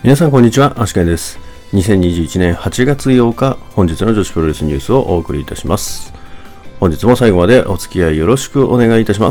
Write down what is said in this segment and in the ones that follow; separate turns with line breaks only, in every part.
皆さんこんにちは、アシカです。2021年8月8日、本日の女子プロレスニュースをお送りいたします。本日も最後までお付き合いよろしくお願いいたします。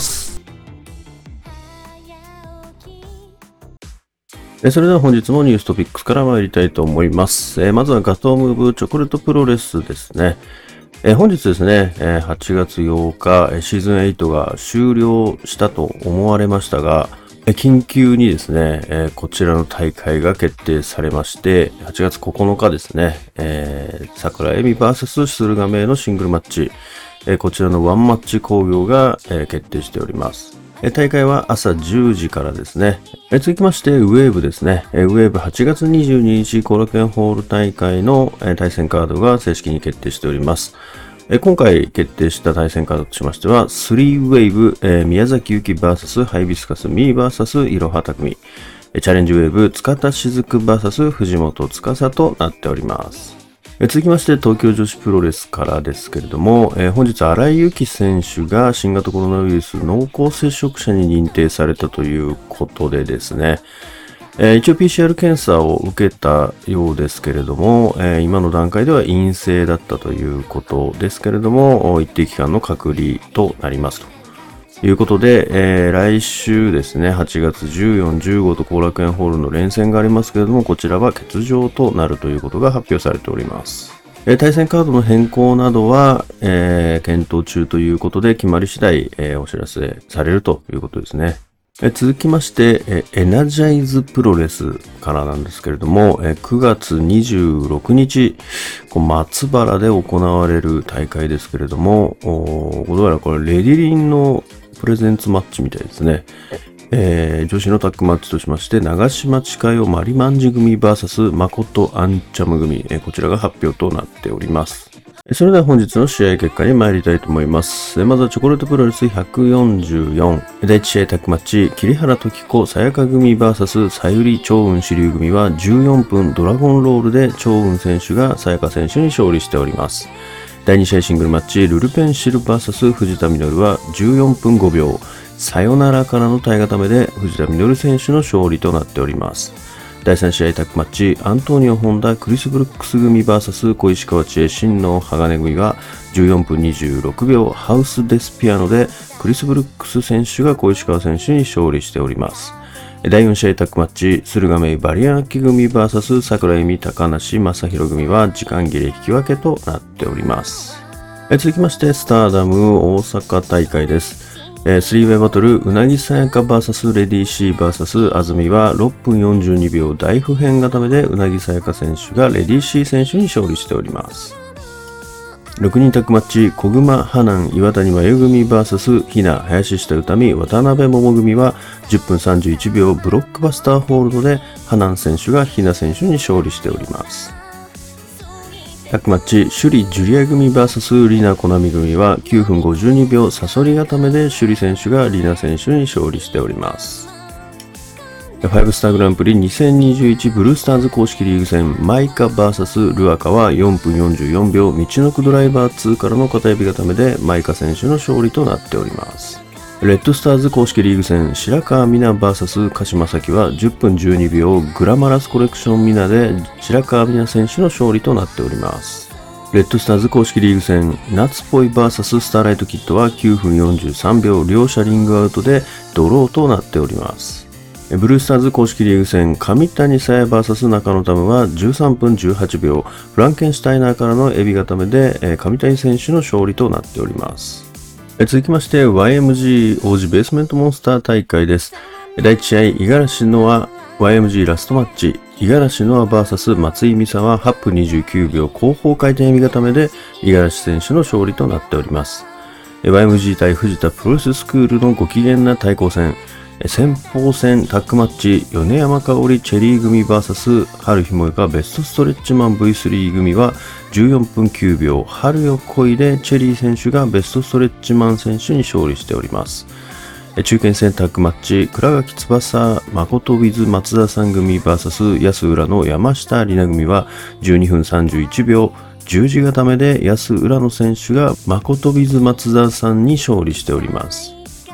それでは本日もニューストピックスから参りたいと思います。まずはガトームーブチョコレートプロレスですね。本日ですね、8月8日、シーズン8が終了したと思われましたが、緊急にですね、こちらの大会が決定されまして、8月9日ですね、桜恵美 VS 駿河明のシングルマッチ、こちらのワンマッチ興行が、決定しております。大会は朝10時からですね。続きまして、ウェーブですね。ウェーブ8月22日後楽園ホール大会の対戦カードが正式に決定しております。今回決定した対戦カードとしましては、3ウェーブ、宮崎ゆき VS ハイビスカスミー VS いろはたくみ。チャレンジウェーブ、塚田しずく VS 藤本司となっております。続きまして東京女子プロレスからですけれども、本日荒井由紀選手が新型コロナウイルス濃厚接触者に認定されたということでですね、一応 PCR 検査を受けたようですけれども、今の段階では陰性だったということですけれども、一定期間の隔離となりますということで、来週ですね、8月14、15と後楽園ホールの連戦がありますけれども、こちらは欠場となるということが発表されております。対戦カードの変更などは、検討中ということで、決まり次第、お知らせされるということですね。続きまして、エナジャイズプロレスからなんですけれども、9月26日、松原で行われる大会ですけれども、どうやらこれレディリンのプレゼンツマッチみたいですね。女子のタッグマッチとしまして、長島千佳代マリマンジ組 VS 誠アンチャム組、こちらが発表となっております。それでは本日の試合結果に参りたいと思います。まずはチョコレートプロレス144。第1試合タッグマッチ、桐原時子さやか組 VS さゆり長雲支流組は14分ドラゴンロールで長雲選手がさやか選手に勝利しております。第2試合シングルマッチ、ルルペンシル VS 藤田実は14分5秒。さよならからの体固めで藤田実選手の勝利となっております。第3試合タッグマッチ、アントニオ・ホンダ・クリス・ブルックス組 VS 小石川知恵真の鋼組は14分26秒ハウス・デスピアノでクリス・ブルックス選手が小石川選手に勝利しております。第4試合タッグマッチ、駿河明バリアンキ組 VS 桜井美高梨正宏組は時間切れ引き分けとなっております。続きましてスターダム大阪大会です。3ウェイバトル、うなぎさやか VS レディー C VS あずみは6分42秒大不変固めでうなぎさやか選手がレディー C 選手に勝利しております。6人タッグマッチ、小熊花南岩谷真由組 VS ひな林下歌美渡辺桃組は10分31秒ブロックバスターホールドで花南選手がひな選手に勝利しております。タッグマッチ、首里ジュリア組 VS リナコナミ組は9分52秒サソリ固めで首里選手がリナ選手に勝利しております。5スターグランプリ2021ブルースターズ公式リーグ戦マイカ VS ルアカは4分44秒道のくドライバー2からの片指固めでマイカ選手の勝利となっております。レッドスターズ公式リーグ戦白川美奈 VS 鹿島咲は10分12秒グラマラスコレクション美奈で白川美奈選手の勝利となっております。レッドスターズ公式リーグ戦夏っぽい VS スターライトキッドは9分43秒両者リングアウトでドローとなっております。ブルースターズ公式リーグ戦上谷さや VS 中野タムは13分18秒フランケンシュタイナーからのエビ固めで上谷選手の勝利となっております。続きまして YMG 王子ベースメントモンスター大会です。第1試合五十嵐ノア YMG ラストマッチ、五十嵐ノア VS 松井美沙は8分29秒後方回転エビ固めで五十嵐選手の勝利となっております。YMG 対藤田プロレススクールのご機嫌な対抗戦、先鋒戦タッグマッチ、米山香織チェリー組 VS 春日萌香ベストストレッチマン V3 組は14分9秒春よ恋でチェリー選手がベストストレッチマン選手に勝利しております。中堅戦タッグマッチ、倉垣翼誠 with 松田さん組 VS 安浦の山下里奈組は12分31秒十字固めで安浦野選手が誠 with 松田さんに勝利しております。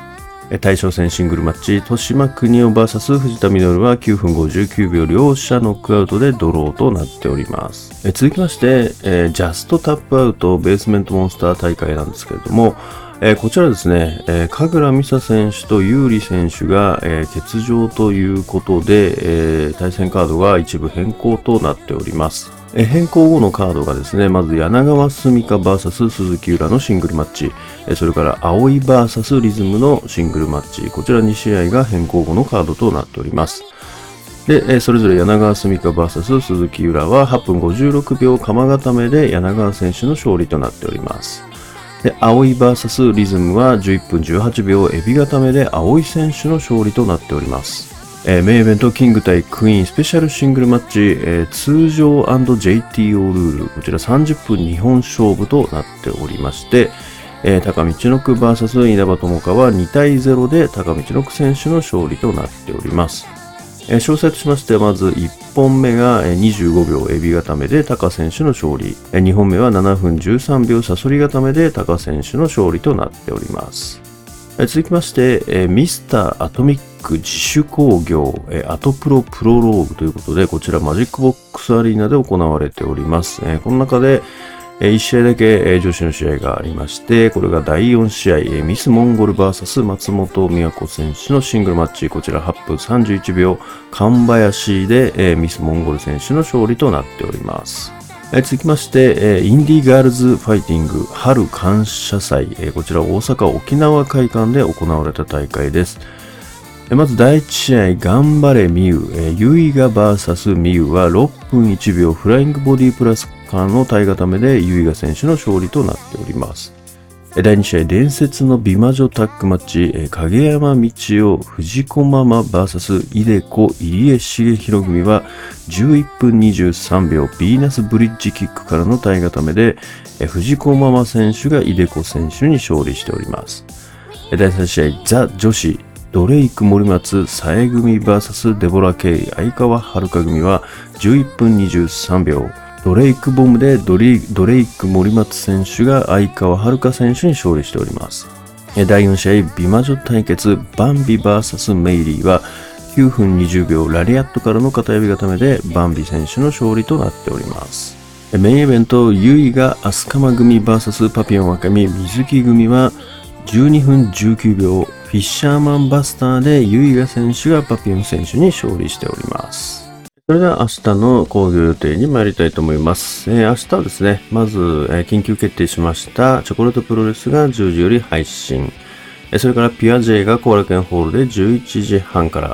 対象戦シングルマッチ、豊島邦夫 VS 藤田実は9分59秒両者ノックアウトでドローとなっております。続きまして、ジャストタップアウトベースメントモンスター大会なんですけれども、こちらですね、神楽美沙選手と有利選手が、欠場ということで、対戦カードが一部変更となっております。変更後のカードがですね、まず柳川澄香 VS 鈴木浦のシングルマッチ、それから葵 VS リズムのシングルマッチ、こちら2試合が変更後のカードとなっております。で、それぞれ柳川澄香 VS 鈴木浦は8分56秒鎌固めで柳川選手の勝利となっております。で、葵 VS リズムは11分18秒エビ固めで葵選手の勝利となっております。メインイベントキング対クイーンスペシャルシングルマッチ、通常 &JTO ルール、こちら30分2本勝負となっておりまして、高道のく VS 稲葉友香は2対0で高道のく選手の勝利となっております。詳細としましては、まず1本目が25秒エビ固めで高選手の勝利、2本目は7分13秒サソリ固めで高選手の勝利となっております。続きまして、ミスターアトミック自主興行、アトプロプロローグということで、こちらマジックボックスアリーナで行われております。この中で、1試合だけ女子の試合がありまして、これが第4試合、ミスモンゴル VS 松本美和子選手のシングルマッチ、こちら8分31秒、神林で、ミスモンゴル選手の勝利となっております。続きまして、インディーガールズファイティング春感謝祭、こちら大阪沖縄会館で行われた大会です。まず第1試合、頑張れミウ、ユイガ VS ミウは6分1秒フライングボディプラス間の体固めでユイガ選手の勝利となっております。第2試合、伝説の美魔女タッグマッチ、影山道夫、藤子ママ VS イデコ入江重弘組は11分23秒ヴィーナスブリッジキックからの体固めで、藤子ママ選手がイデコ選手に勝利しております。第3試合、ザ女子、ドレイク森松さえ組 VS デボラ・ケイ相川遥組は11分23秒。ドレイクボムでドレイク森松選手が相川遥選手に勝利しております。第4試合、美魔女対決バンビ VS メイリーは9分20秒ラリアットからの片指固めでバンビ選手の勝利となっております。メインイベント、ユイがアスカマ組 VS パピオン若見水木組は12分19秒フィッシャーマンバスターでユイガ選手がパピオン選手に勝利しております。それでは明日の興行予定に参りたいと思います。明日はですね、まず、緊急決定しましたチョコレートプロレスが10時より配信。それからピュア J が後楽園ホールで11時半から。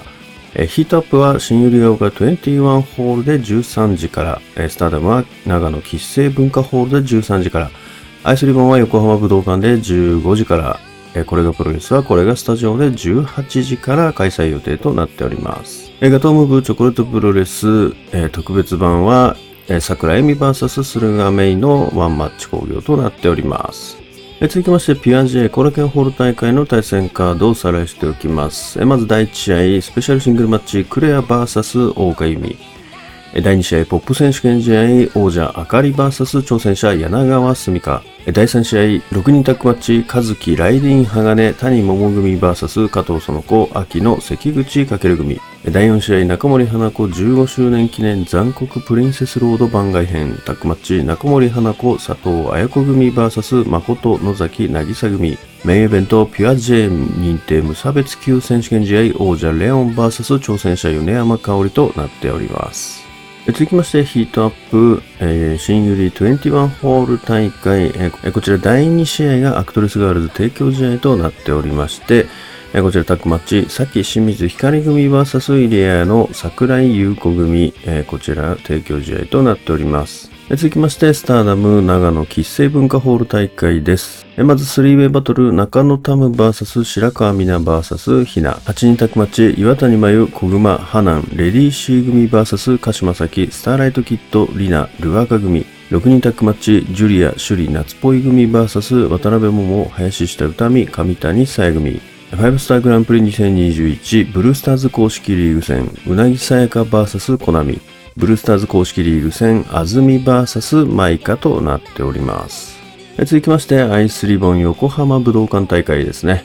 ヒートアップは新百合ヶ丘21ホールで13時から。スターダムは長野喫成文化ホールで13時から。アイスリボンは横浜武道館で15時から。これがプロレスはこれがスタジオで18時から開催予定となっております。ガトーム部チョコレートプロレス、特別版は、桜恵美 VS 駿河メイのワンマッチ興行となっております。続きまして、ピュア J 後楽園ホール大会の対戦カードをおさらいしておきます。まず第1試合、スペシャルシングルマッチ、クレア VS 大岡由美。第2試合、ポップ選手権試合、王者あかり VS 挑戦者柳川澄香。第3試合、6人タッグマッチ、和樹ライディン鋼、谷桃組 VS 加藤園子、秋の関口翔組。第4試合、中森花子15周年記念残酷プリンセスロード番外編。タッグマッチ、中森花子、佐藤綾子組 VS 誠野崎渚組。メインイベント、ピュア J 認定無差別級選手権試合、王者レオン VS 挑戦者米山香織となっております。続きまして、ヒートアップ、新百合21ホール大会、こちら第2試合がアクトレスガールズ提供試合となっておりまして、こちらタッグマッチ、さき清水光組 VS イリアの桜井優子組、こちら提供試合となっております。続きまして、スターダム長野喫成文化ホール大会です。まず3ウェイバトル、中野タム VS 白川美奈 VS ひな。8人タッグマッチ、岩谷真由、小熊、ハナン、レディーシー組 VS 鹿島崎、スターライトキッド、リナ、ルアカ組。6人タッグマッチ、ジュリア、シュリ、夏っぽい組 VS 渡辺桃、林下歌美、上谷さや組。5スターグランプリ2021ブルースターズ公式リーグ戦、うなぎさやか VS コナミ。ブルースターズ公式リーグ戦、あずみ VS マイカとなっております。続きまして、アイスリボン横浜武道館大会ですね。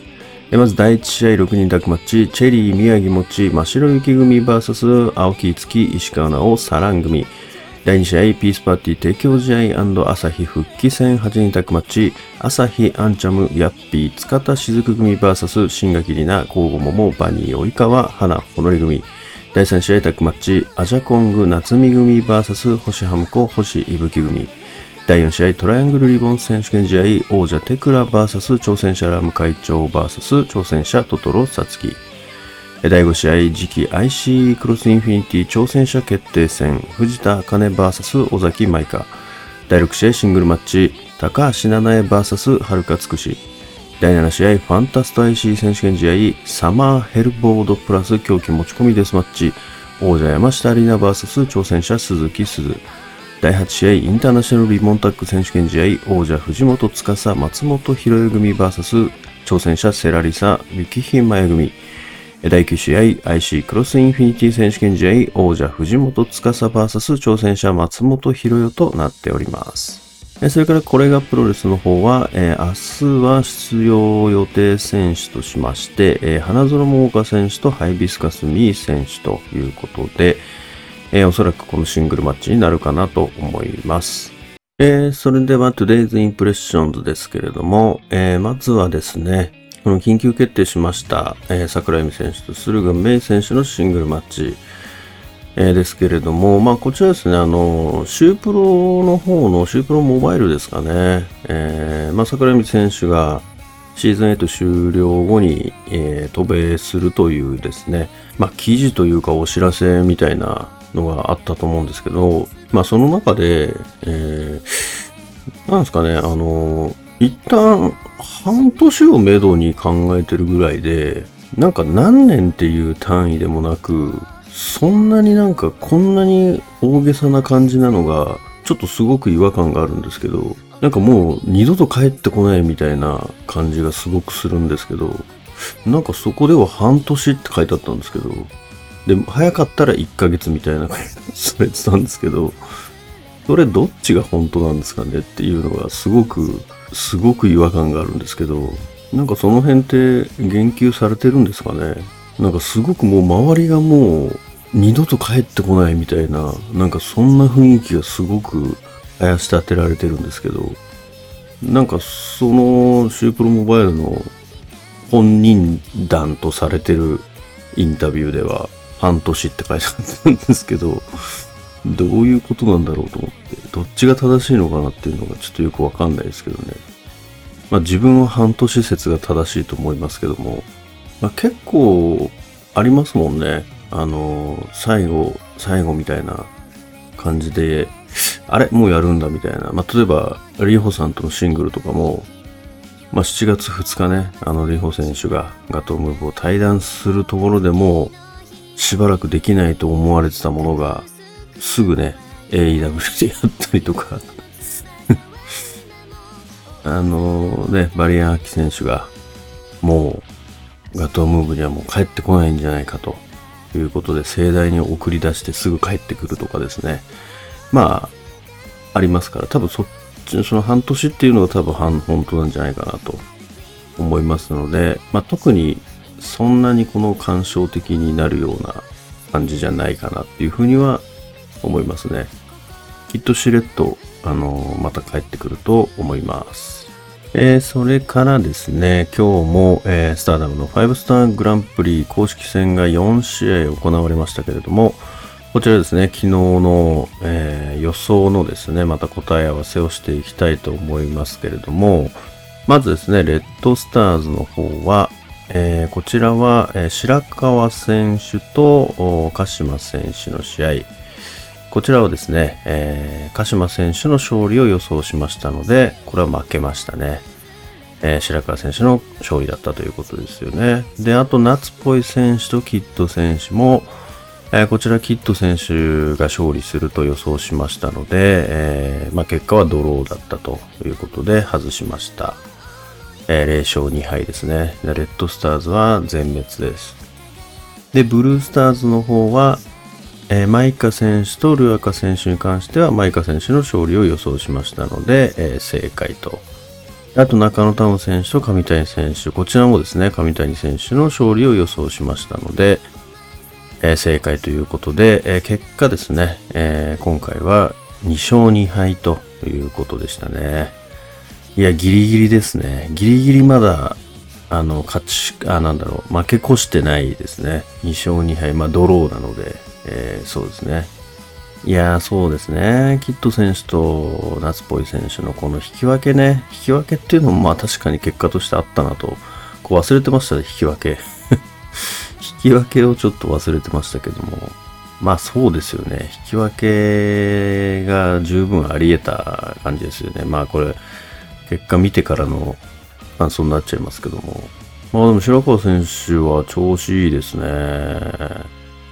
まず第1試合6人タッグマッチ、チェリー宮城もち真白雪組 VS 青木月石川直サラン組。第2試合ピースパーティー提供試合朝日復帰戦8人タッグマッチ、朝日アンチャムヤッピー塚田雫組 VS 新垣里奈交互桃バニー及川花ほのり組。第3試合タッグマッチ、アジャコング夏美組 VS 星ハムコ星伊吹組。第4試合トライアングルリボン選手権試合王者テクラ VS 挑戦者ラム会長 VS 挑戦者トトロサツキ。第5試合次期 IC クロスインフィニティ挑戦者決定戦藤田茜 VS 尾崎舞香。第6試合シングルマッチ高橋七重 VS はるかつくし。第7試合ファンタスト IC 選手権試合サマーヘルボードプラス狂気持ち込みデスマッチ王者山下里奈 VS 挑戦者鈴木鈴。第8試合インターナショナルリボンタッグ選手権試合王者藤本司松本博代組 VS 挑戦者セラリサ雪姫真也組。第9試合 IC クロスインフィニティ選手権試合王者藤本司 VS 挑戦者松本博代となっております。それからこれがプロレスの方は、明日は出場予定選手としまして、花園桃岡選手とハイビスカスミー選手ということで、おそらくこのシングルマッチになるかなと思います。それでは Today's Impressions ですけれども、まずはですね、この緊急決定しました、桜井美選手と駿河芽衣選手のシングルマッチ、ですけれども、こちらですね、シュープロの方のシュープロモバイルですかね、桜井美選手がシーズン8終了後に、渡米するというですね、記事というかお知らせみたいなのがあったと思うんですけど、その中で、なんですかね、一旦半年をめどに考えてるぐらいで、なんか何年っていう単位でもなく、そんなにこんなに大げさな感じなのが、ちょっとすごく違和感があるんですけど、もう二度と帰ってこないみたいな感じがすごくするんですけど、そこでは半年って書いてあったんですけど、で、早かったら1ヶ月みたいなされてたんですけど、それどっちが本当なんですかねっていうのがすごく違和感があるんですけど、その辺って言及されてるんですかね。すごくもう周りがもう二度と帰ってこないみたいな、そんな雰囲気がすごくあやし立てられてるんですけど、そのシュープロモバイルの本人談とされてるインタビューでは半年って書いてあったんですけど、どういうことなんだろうと思って、どっちが正しいのかなっていうのがちょっとよくわかんないですけどね。自分は半年説が正しいと思いますけども、結構ありますもんね。最後みたいな感じで、あれもうやるんだみたいな。例えば、リホさんとのシングルとかも、7月2日ね、リホ選手がガトームーブを対談するところでも、しばらくできないと思われてたものが、すぐね、AEW でやったりとか、バリアン・アキ選手が、もう、ガトームーブにはもう帰ってこないんじゃないかということで盛大に送り出してすぐ帰ってくるとかですね。ありますから、多分その半年っていうのが多分本当なんじゃないかなと思いますので、特にそんなにこの感傷的になるような感じじゃないかなっていうふうには思いますね。きっとしれっと、また帰ってくると思います。それからですね、今日も、スターダムの5スターグランプリ公式戦が4試合行われましたけれども、こちらですね、昨日の、予想のですね、また答え合わせをしていきたいと思いますけれども、まずですね、レッドスターズの方は、こちらは、白川選手と鹿島選手の試合、こちらはですね、鹿島選手の勝利を予想しましたので、これは負けましたね。白川選手の勝利だったということですよね。で、あと夏っぽい選手とキッド選手も、こちらキッド選手が勝利すると予想しましたので、結果はドローだったということで外しました。0勝2敗ですね。レッドスターズは全滅です。で、ブルースターズの方は、マイカ選手とルアカ選手に関してはマイカ選手の勝利を予想しましたので、正解とあと中野タウン選手と上谷選手、こちらもですね、上谷選手の勝利を予想しましたので、正解ということで、結果ですね、今回は2勝2敗ということでしたね。いや、ギリギリですね。ギリギリまだ、負け越してないですね。2勝2敗、ドローなので、そうですね。いやー、そうですね。キッド選手と夏っぽい選手のこの引き分けね。引き分けっていうのも確かに結果としてあったなと、忘れてましたね、引き分け。引き分けをちょっと忘れてましたけども。そうですよね。引き分けが十分あり得た感じですよね。これ、結果見てからの感想になっちゃいますけども。でも白川選手は調子いいですね。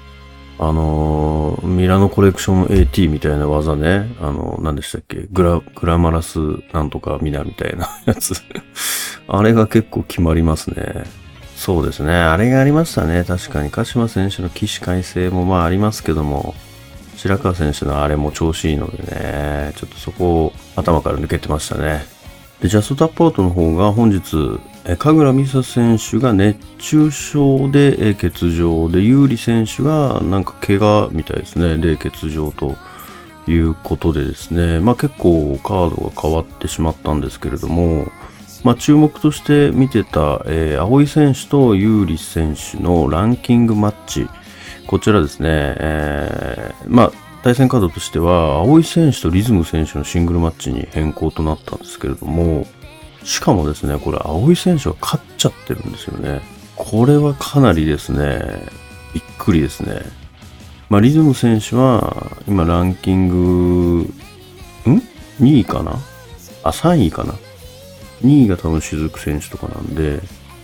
ミラノコレクション AT みたいな技ね。何でしたっけグラマラスなんとかミナみたいなやつ。あれが結構決まりますね。そうですね。あれがありましたね。確かに鹿島選手の起死回生もありますけども、白川選手のあれも調子いいのでね、ちょっとそこを頭から抜けてましたね。で、ジャストタップアウトの方が本日、神楽美沙選手が熱中症で欠場で、有利選手がなんか怪我みたいですね。で、欠場ということでですね、結構カードが変わってしまったんですけれども、注目として見てた、青井選手と有利選手のランキングマッチ、こちらですね、対戦カードとしては、青井選手とリズム選手のシングルマッチに変更となったんですけれども、しかもですね、これ青井選手は勝っちゃってるんですよね。これはかなりですね、びっくりですね。リズム選手は、今ランキング、2位かな3位かな ?2 位が多分雫選手とかなんで、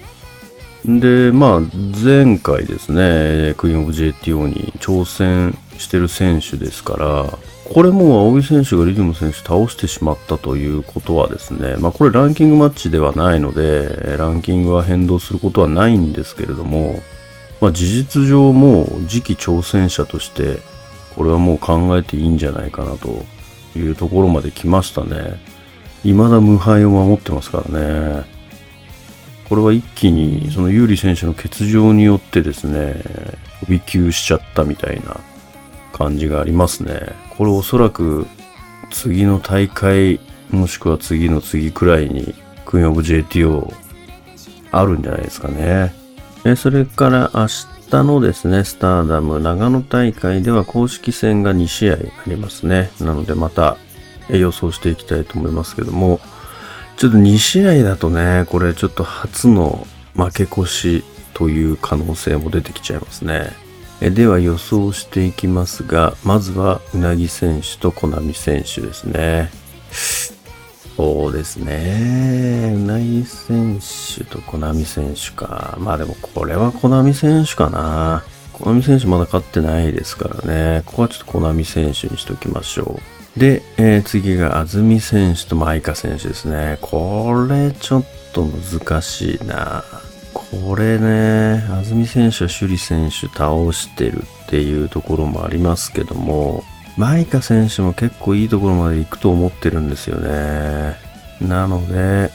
前回ですね、クイーンオブ JTO に挑戦してる選手ですから、これもう青井選手がリズム選手倒してしまったということはですね、これランキングマッチではないので、ランキングは変動することはないんですけれども、事実上もう次期挑戦者として、これはもう考えていいんじゃないかなというところまで来ましたね。未だ無敗を守ってますからね。これは一気にその有利選手の欠場によってですね、飛び級しちゃったみたいな感じがありますね。これおそらく次の大会もしくは次の次くらいにクイーンオブ JTO あるんじゃないですかね。それから明日のですね、スターダム長野大会では公式戦が2試合ありますね。なのでまた予想していきたいと思いますけども、ちょっと2試合だとね、これちょっと初の負け越しという可能性も出てきちゃいますね。では予想していきますが、まずはうなぎ選手とコナミ選手ですね。そうですね。うなぎ選手とコナミ選手か。でもこれはコナミ選手かな。コナミ選手まだ勝ってないですからね。ここはちょっとコナミ選手にしときましょう。で、次が安住選手とマイカ選手ですね。これちょっと難しいな。これね、安住選手は首里選手倒してるっていうところもありますけども、マイカ選手も結構いいところまで行くと思ってるんですよね。なので、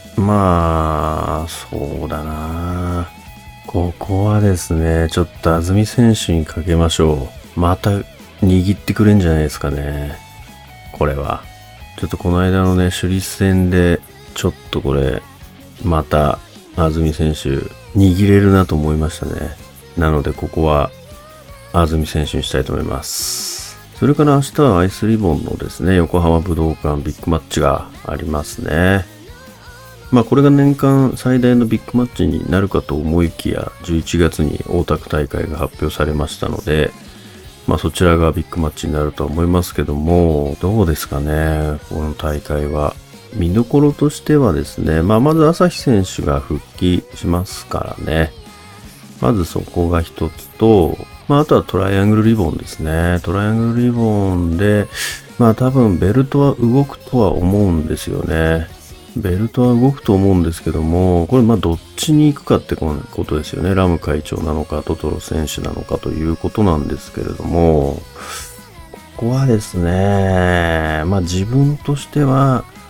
そうだな。ここはですね、ちょっと安住選手にかけましょう。また握ってくれんじゃないですかね。これは。ちょっとこの間のね、首里戦で、ちょっとこれ、また、安住選手、握れるなと思いましたね。なので、ここは、安住選手にしたいと思います。それから明日はアイスリボンのですね、横浜武道館ビッグマッチがありますね。これが年間最大のビッグマッチになるかと思いきや、11月に大田区大会が発表されましたので、そちらがビッグマッチになるとは思いますけども、どうですかね、この大会は。見どころとしてはですね、まず朝日選手が復帰しますからね。まずそこが一つと、あとはトライアングルリボンですね。トライアングルリボンで、多分ベルトは動くとは思うんですよね。ベルトは動くと思うんですけども、これどっちに行くかってことですよね。ラム会長なのか、トトロ選手なのかということなんですけれども、ここはですね、自分としては、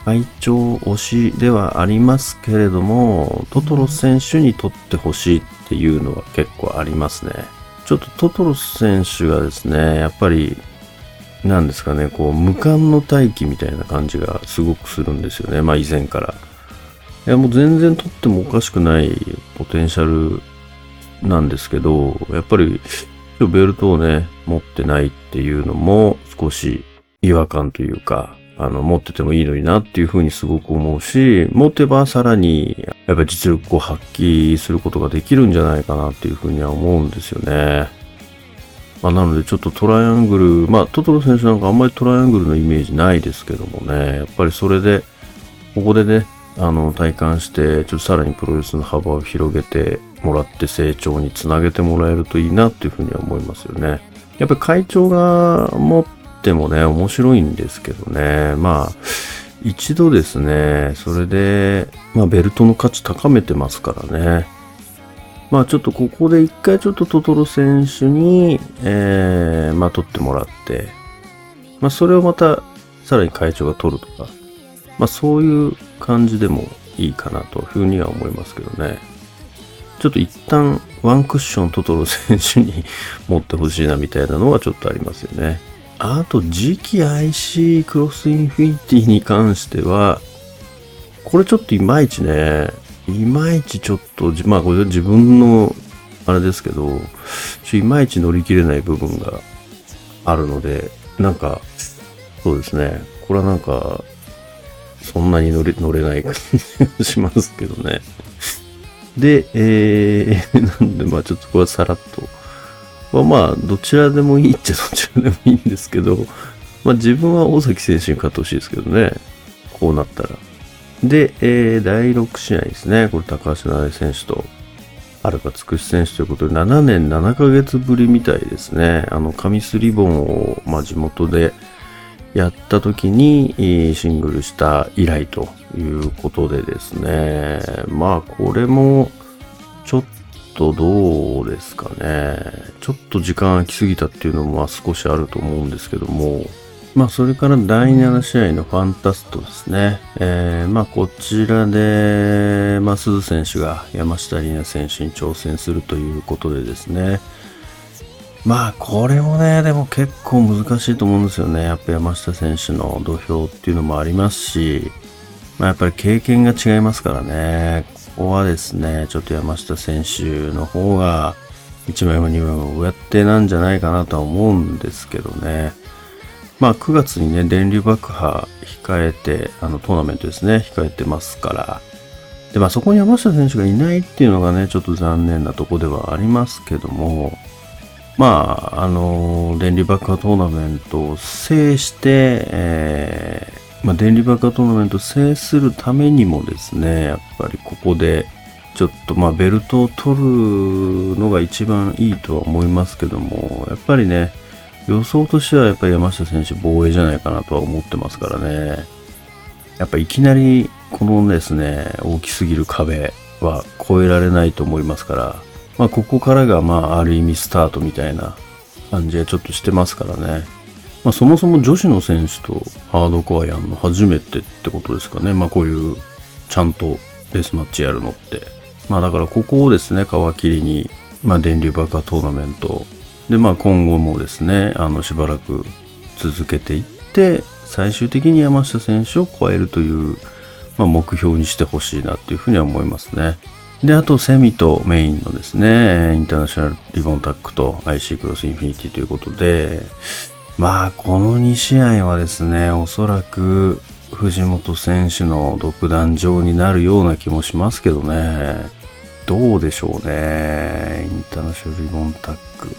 会長推しではありますけれども、トトロス選手に取ってほしいっていうのは結構ありますね。ちょっとトトロス選手がですね、やっぱり、なんですかね、こう、無冠の大器みたいな感じがすごくするんですよね。まあ以前から。いやもう全然取ってもおかしくないポテンシャルなんですけど、やっぱりベルトをね、持ってないっていうのも少し違和感というか、持っててもいいのになっていうふうにすごく思うし、持てばさらにやっぱり実力を発揮することができるんじゃないかなっていうふうには思うんですよね。まあ、なのでちょっとトライアングル、まあトトロ選手なんかあんまりトライアングルのイメージないですけどもね、やっぱりそれで、ここでね、体感して、ちょっとさらにプロレスの幅を広げてもらって成長につなげてもらえるといいなっていうふうには思いますよね。やっぱり会長が持ってもね、面白いんですけどね。まあ、一度ですね、それで、まあベルトの価値高めてますからね。まあちょっとここで一回ちょっとトトロ選手に、まあ取ってもらって、まあそれをまたさらに会長が取るとか、まあそういう感じでもいいかなというふうには思いますけどね。ちょっと一旦ワンクッショントトロ選手に持ってほしいなみたいなのはちょっとありますよね。あと次期 IC クロスインフィニティに関しては、これちょっといまいちね、いまいちちょっと、まあこれ自分のあれですけど、いまいち乗り切れない部分があるので、なんか、そうですね。これはなんか、そんなに乗れない感じがしますけどね。で、なんでまあちょっとこれはさらっと。まあ、どちらでもいいっちゃどちらでもいいんですけど、まあ自分は大崎選手に勝ってほしいですけどね。こうなったら。で、第6試合ですね。これ高橋成選手と、はるかつくし選手ということで、7年7ヶ月ぶりみたいですね。紙スリボンを、まあ地元で、やった時にシングルした以来ということでですね。まあこれもちょっとどうですかね。ちょっと時間空きすぎたっていうのも少しあると思うんですけども。まあそれから第7試合のファンタストですね。まあこちらで、まあ鈴選手が山下里奈選手に挑戦するということでですね。まあ、これもね、でも結構難しいと思うんですよね。やっぱ山下選手の土俵っていうのもありますし、まあやっぱり経験が違いますからね。ここはですね、ちょっと山下選手の方が、1枚も2枚も上手なんじゃないかなとは思うんですけどね。まあ9月にね、電流爆破控えて、トーナメントですね、控えてますから。で、まあそこに山下選手がいないっていうのがね、ちょっと残念なとこではありますけども、まあ、電流爆破トーナメントを制して、まあ、電流爆破トーナメントを制するためにもですね、やっぱりここで、ちょっとまあ、ベルトを取るのが一番いいとは思いますけども、やっぱりね、予想としてはやっぱり山下選手防衛じゃないかなとは思ってますからね。やっぱいきなりこのですね、大きすぎる壁は越えられないと思いますから、まあここからがまあある意味スタートみたいな感じがちょっとしてますからね。まあそもそも女子の選手とハードコアやんの初めてってことですかね。まあこういうちゃんとレースマッチやるのって。まあだからここをですね、皮切りに、まあ電流爆破トーナメント。でまあ今後もですね、しばらく続けていって、最終的に山下選手を超えるという、まあ目標にしてほしいなっていうふうには思いますね。で、あと、セミとメインのですね、インターナショナルリボンタックと IC クロスインフィニティということで、まあ、この2試合はですね、おそらく藤本選手の独壇場になるような気もしますけどね。どうでしょうね。インターナショナルリボンタック。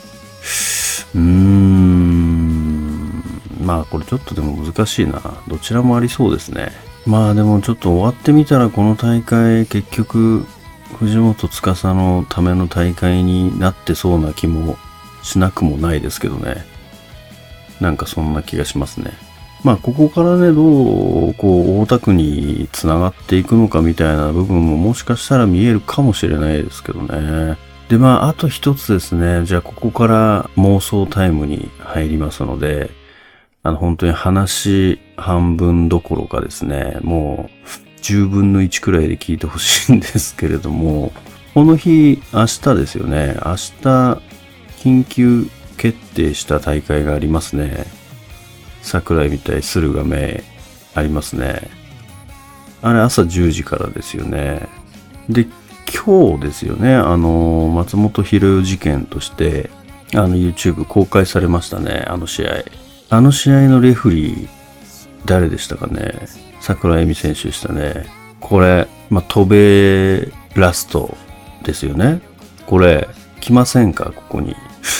まあ、これちょっとでも難しいな。どちらもありそうですね。まあでもちょっと終わってみたらこの大会結局藤本司のための大会になってそうな気もしなくもないですけどね。なんかそんな気がしますね。まあここからね、どう大田区に繋がっていくのかみたいな部分ももしかしたら見えるかもしれないですけどね。でまああと一つですね。じゃあここから妄想タイムに入りますので、 本当に話半分どころかですね、もう10分の1くらいで聞いてほしいんですけれども、この日、明日ですよね。明日、緊急決定した大会がありますね。桜井みたい駿河明ありますね。あれ朝10時からですよね。で、今日ですよね。松本博代事件として、YouTube 公開されましたね。あの試合。あの試合のレフリー、誰でしたかね。桜井美選手でしたね。これ、渡米ラストですよね。これ、来ませんかここに。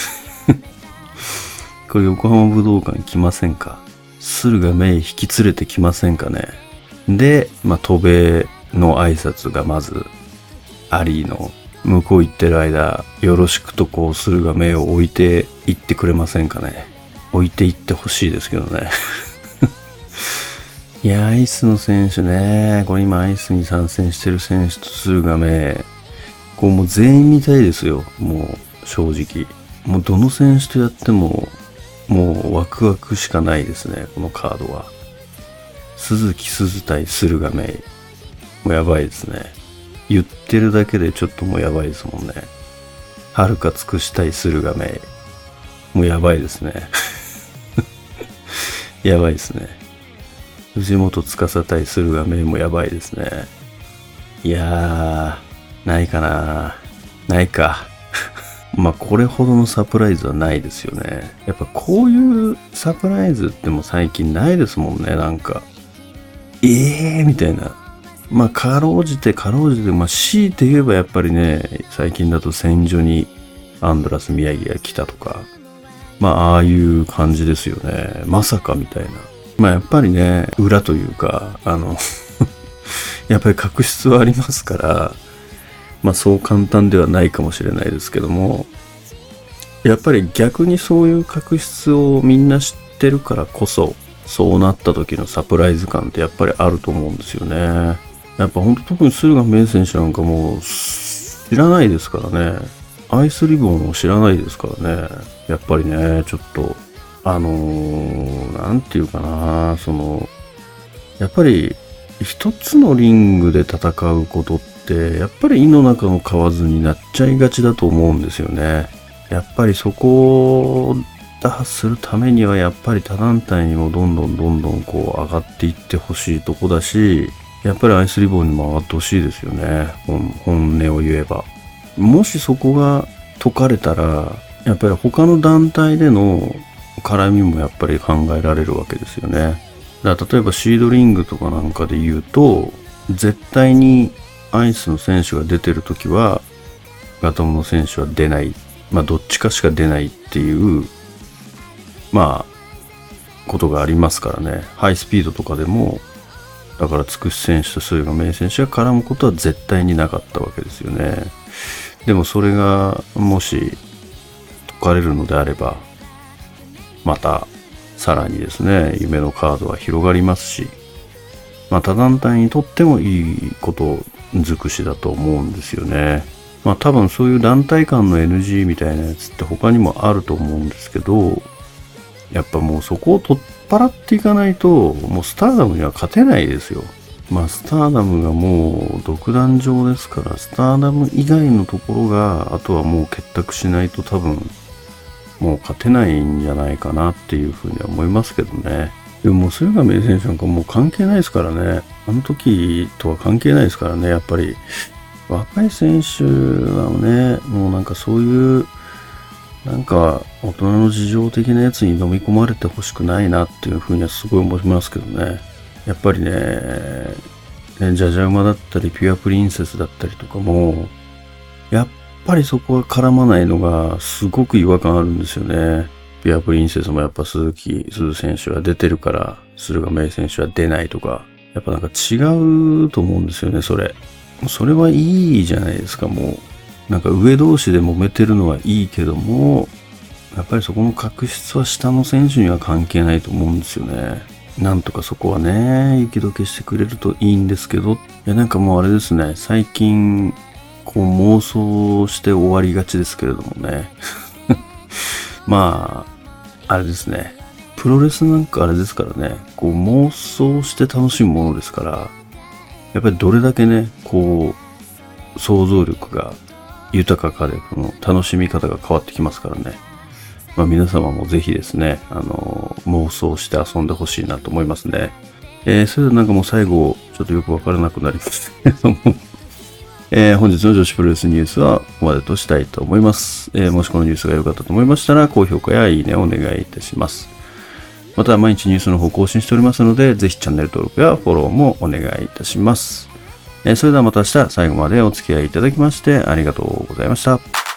これ横浜武道館来ませんか？駿河明引き連れてきませんかね。で、渡米の挨拶がまず、アリーの向こう行ってる間、よろしくとこう駿河明を置いて行ってくれませんかね。置いて行ってほしいですけどね。いや、アイスの選手ね。これ今アイスに参戦してる選手と駿河明。こうもう全員見たいですよ。もう正直。もうどの選手とやっても、もうワクワクしかないですね。このカードは。鈴木鈴対駿河明。もうやばいですね。言ってるだけでちょっともうやばいですもんね。遥か尽くしたい駿河明。もうやばいですね。やばいですね。藤本司対駿河明もやばいですね。いやー、ないかな。ないか。これほどのサプライズはないですよね。やっぱこういうサプライズってもう最近ないですもんね、なんか。みたいな。かろうじて、強いて言えばやっぱりね、最近だと戦場にアンドラス宮城が来たとか。ああいう感じですよね。まさかみたいな。やっぱりね、裏というか、やっぱり確執はありますから、そう簡単ではないかもしれないですけども、やっぱり逆にそういう確執をみんな知ってるからこそ、そうなった時のサプライズ感ってやっぱりあると思うんですよね。やっぱ本当特に駿河明選手なんかもう知らないですからね。アイスリボンを知らないですからね。やっぱりね、ちょっと、なんていうかな、やっぱり一つのリングで戦うことって、やっぱり井の中の蛙になっちゃいがちだと思うんですよね。やっぱりそこを打破するためには、やっぱり他団体にもどんどんこう上がっていってほしいとこだし、やっぱりアイスリボンにも上がってほしいですよね。本音を言えば。もしそこが解かれたら、やっぱり他の団体での絡みもやっぱり考えられるわけですよね。だから例えばシードリングとかなんかで言うと、絶対にアイスの選手が出てるときは、ガトムの選手は出ない。どっちかしか出ないっていう、ことがありますからね。ハイスピードとかでも、だからつくし選手と駿河明選手が絡むことは絶対になかったわけですよね。でもそれがもし解かれるのであれば、またさらにですね、夢のカードは広がりますし、他団体にとってもいいこと尽くしだと思うんですよね。多分そういう団体間の NG みたいなやつって他にもあると思うんですけど、やっぱもうそこを取っ払っていかないと、もうスターダムには勝てないですよ。スターダムがもう独壇場ですから、スターダム以外のところが、あとはもう結託しないと多分、もう勝てないんじゃないかなっていうふうには思いますけどね。でももう駿河明選手なんかもう関係ないですからね。あの時とは関係ないですからね。やっぱり若い選手はね、もうなんかそういうなんか大人の事情的なやつに飲み込まれてほしくないなっていうふうにはすごい思いますけどね。やっぱりね、ジャジャ馬だったりピュアプリンセスだったりとかも、やっぱりそこが絡まないのがすごく違和感あるんですよね。ピュアプリンセスもやっぱ鈴選手が出てるから駿河明選手は出ないとか、やっぱなんか違うと思うんですよね、それ。それはいいじゃないですか、もう。なんか上同士で揉めてるのはいいけども、やっぱりそこの確執は下の選手には関係ないと思うんですよね。なんとかそこはね、雪解けしてくれるといいんですけど、いやなんかもうあれですね、最近、こう妄想して終わりがちですけれどもね。あれですね。 プロレスなんかあれですからね、こう妄想して楽しむものですから、やっぱりどれだけね、こう、想像力が豊かかで、この楽しみ方が変わってきますからね。まあ皆様もぜひですね、妄想して遊んでほしいなと思いますね。それではなんかもう最後、ちょっとよくわからなくなりましたけども、本日の女子プロレスニュースはここまでとしたいと思います。もしこのニュースが良かったと思いましたら、高評価やいいねをお願いいたします。また毎日ニュースの方更新しておりますので、ぜひチャンネル登録やフォローもお願いいたします。それではまた明日最後までお付き合いいただきましてありがとうございました。